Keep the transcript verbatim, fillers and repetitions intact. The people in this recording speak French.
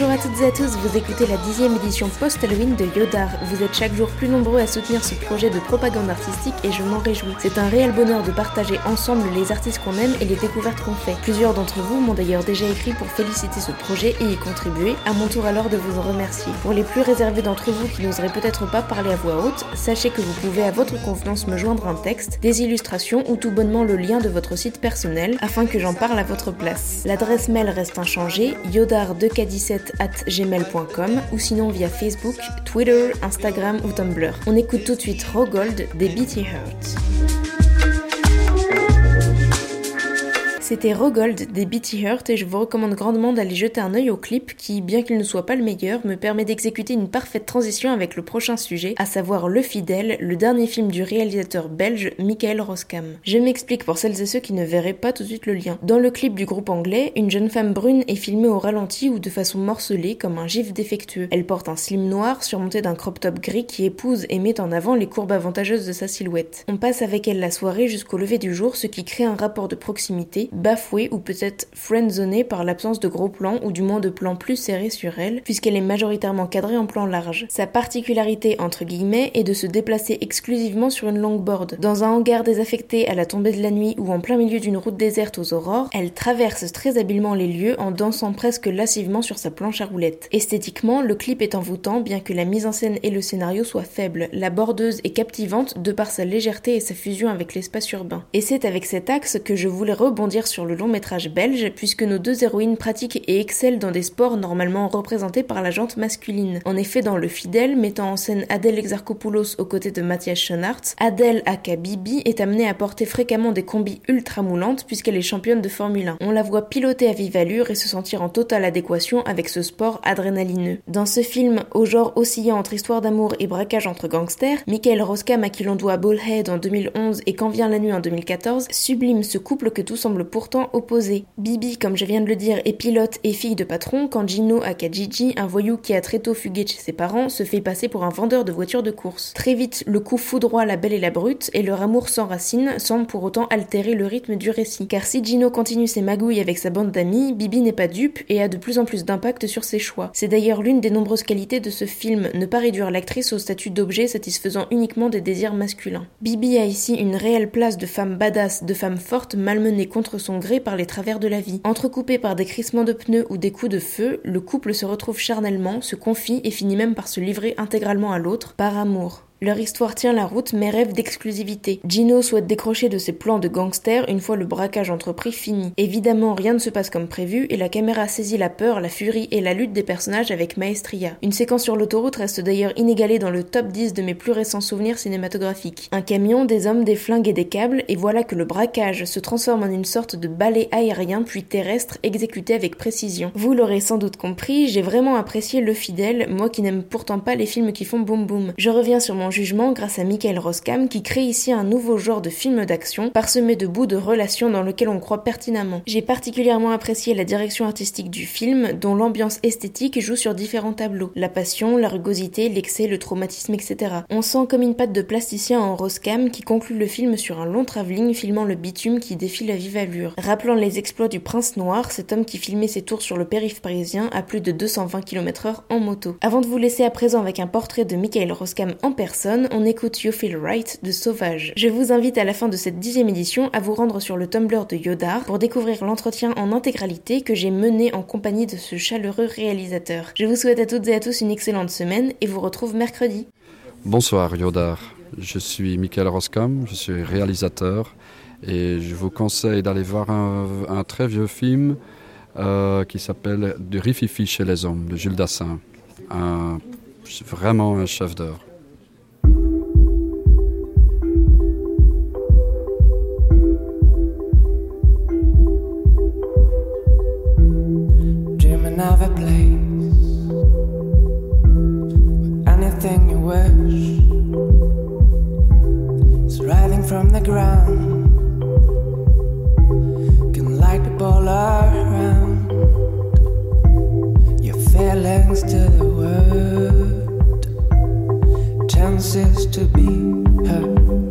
Bonjour à toutes et à tous, vous écoutez la dixième édition post-Halloween de Yodar. Vous êtes chaque jour plus nombreux à soutenir ce projet de propagande artistique et je m'en réjouis. C'est un réel bonheur de partager ensemble les artistes qu'on aime et les découvertes qu'on fait. Plusieurs d'entre vous m'ont d'ailleurs déjà écrit pour féliciter ce projet et y contribuer, à mon tour alors de vous en remercier. Pour les plus réservés d'entre vous qui n'oseraient peut-être pas parler à voix haute, sachez que vous pouvez à votre convenance me joindre un texte, des illustrations ou tout bonnement le lien de votre site personnel afin que j'en parle à votre place. L'adresse mail reste inchangée, yodar deux k dix-sept arobase gmail point com ou sinon via Facebook, Twitter, Instagram ou Tumblr. On écoute tout de suite Rogold des Beaty Heart. C'était Rogold des Beaty Heart et je vous recommande grandement d'aller jeter un œil au clip qui, bien qu'il ne soit pas le meilleur, me permet d'exécuter une parfaite transition avec le prochain sujet, à savoir Le Fidèle, le dernier film du réalisateur belge Michael Roskam. Je m'explique pour celles et ceux qui ne verraient pas tout de suite le lien. Dans le clip du groupe anglais, une jeune femme brune est filmée au ralenti ou de façon morcelée comme un gif défectueux. Elle porte un slim noir surmonté d'un crop top gris qui épouse et met en avant les courbes avantageuses de sa silhouette. On passe avec elle la soirée jusqu'au lever du jour, ce qui crée un rapport de proximité, bafouée ou peut-être friendzonée par l'absence de gros plans ou du moins de plans plus serrés sur elle, puisqu'elle est majoritairement cadrée en plan large. Sa particularité, entre guillemets, est de se déplacer exclusivement sur une longboard. Dans un hangar désaffecté à la tombée de la nuit ou en plein milieu d'une route déserte aux aurores, elle traverse très habilement les lieux en dansant presque lascivement sur sa planche à roulettes. Esthétiquement, le clip est envoûtant bien que la mise en scène et le scénario soient faibles. La bordeuse est captivante de par sa légèreté et sa fusion avec l'espace urbain. Et c'est avec cet axe que je voulais rebondir sur le long métrage belge, puisque nos deux héroïnes pratiquent et excellent dans des sports normalement représentés par la jante masculine. En effet, dans Le Fidèle, mettant en scène Adèle Exarchopoulos aux côtés de Matthias Schoenaerts, Adèle aka Bibi est amenée à porter fréquemment des combis ultra moulantes puisqu'elle est championne de Formule un. On la voit piloter à vive allure et se sentir en totale adéquation avec ce sport adrénalineux. Dans ce film, au genre oscillant entre histoire d'amour et braquage entre gangsters, Michael Roskam, à qui l'on doit Bullhead en deux mille onze et Quand vient la nuit en deux mille quatorze, sublime ce couple que tout semble pourtant opposé. Bibi, comme je viens de le dire, est pilote et fille de patron, quand Gino, aka Gigi, un voyou qui a très tôt fugué de chez ses parents, se fait passer pour un vendeur de voitures de course. Très vite, le coup foudroie la belle et la brute, et leur amour sans racine semble pour autant altérer le rythme du récit. Car si Gino continue ses magouilles avec sa bande d'amis, Bibi n'est pas dupe et a de plus en plus d'impact sur ses choix. C'est d'ailleurs l'une des nombreuses qualités de ce film, ne pas réduire l'actrice au statut d'objet satisfaisant uniquement des désirs masculins. Bibi a ici une réelle place de femme badass, de femme forte malmenée contre son gré par les travers de la vie. Entrecoupé par des crissements de pneus ou des coups de feu, le couple se retrouve charnellement, se confie et finit même par se livrer intégralement à l'autre, par amour. Leur histoire tient la route mais rêve d'exclusivité. Gino souhaite décrocher de ses plans de gangster une fois le braquage entrepris fini. Évidemment, rien ne se passe comme prévu et la caméra saisit la peur, la furie et la lutte des personnages avec maestria. Une séquence sur l'autoroute reste d'ailleurs inégalée dans le top dix de mes plus récents souvenirs cinématographiques. Un camion, des hommes, des flingues et des câbles, et voilà que le braquage se transforme en une sorte de balai aérien puis terrestre exécuté avec précision. Vous l'aurez sans doute compris, j'ai vraiment apprécié Le Fidèle, moi qui n'aime pourtant pas les films qui font boum boum. Je reviens sur mon jugement grâce à Michael Roskam qui crée ici un nouveau genre de film d'action parsemé de bouts de relations dans lequel on croit pertinemment. J'ai particulièrement apprécié la direction artistique du film dont l'ambiance esthétique joue sur différents tableaux. La passion, la rugosité, l'excès, le traumatisme, et cetera. On sent comme une patte de plasticien en Roskam qui conclut le film sur un long travelling filmant le bitume qui défile à vive allure. Rappelant les exploits du Prince Noir, cet homme qui filmait ses tours sur le périph' parisien à plus de deux cent vingt kilomètres heure en moto. Avant de vous laisser à présent avec un portrait de Michael Roskam en personne, on écoute You Feel Right de Sauvage. Je vous invite à la fin de cette dixième édition à vous rendre sur le Tumblr de Yodar pour découvrir l'entretien en intégralité que j'ai mené en compagnie de ce chaleureux réalisateur. Je vous souhaite à toutes et à tous une excellente semaine et vous retrouve mercredi. Bonsoir Yodar, je suis Michael Roskam, je suis réalisateur et je vous conseille d'aller voir un, un très vieux film euh, qui s'appelle Du rififi chez les hommes de Jules Dassin. Un, vraiment un chef d'œuvre. Of a place with anything you wish. It's rising from the ground, can light the ball around. Your feelings to the word, chances to be heard.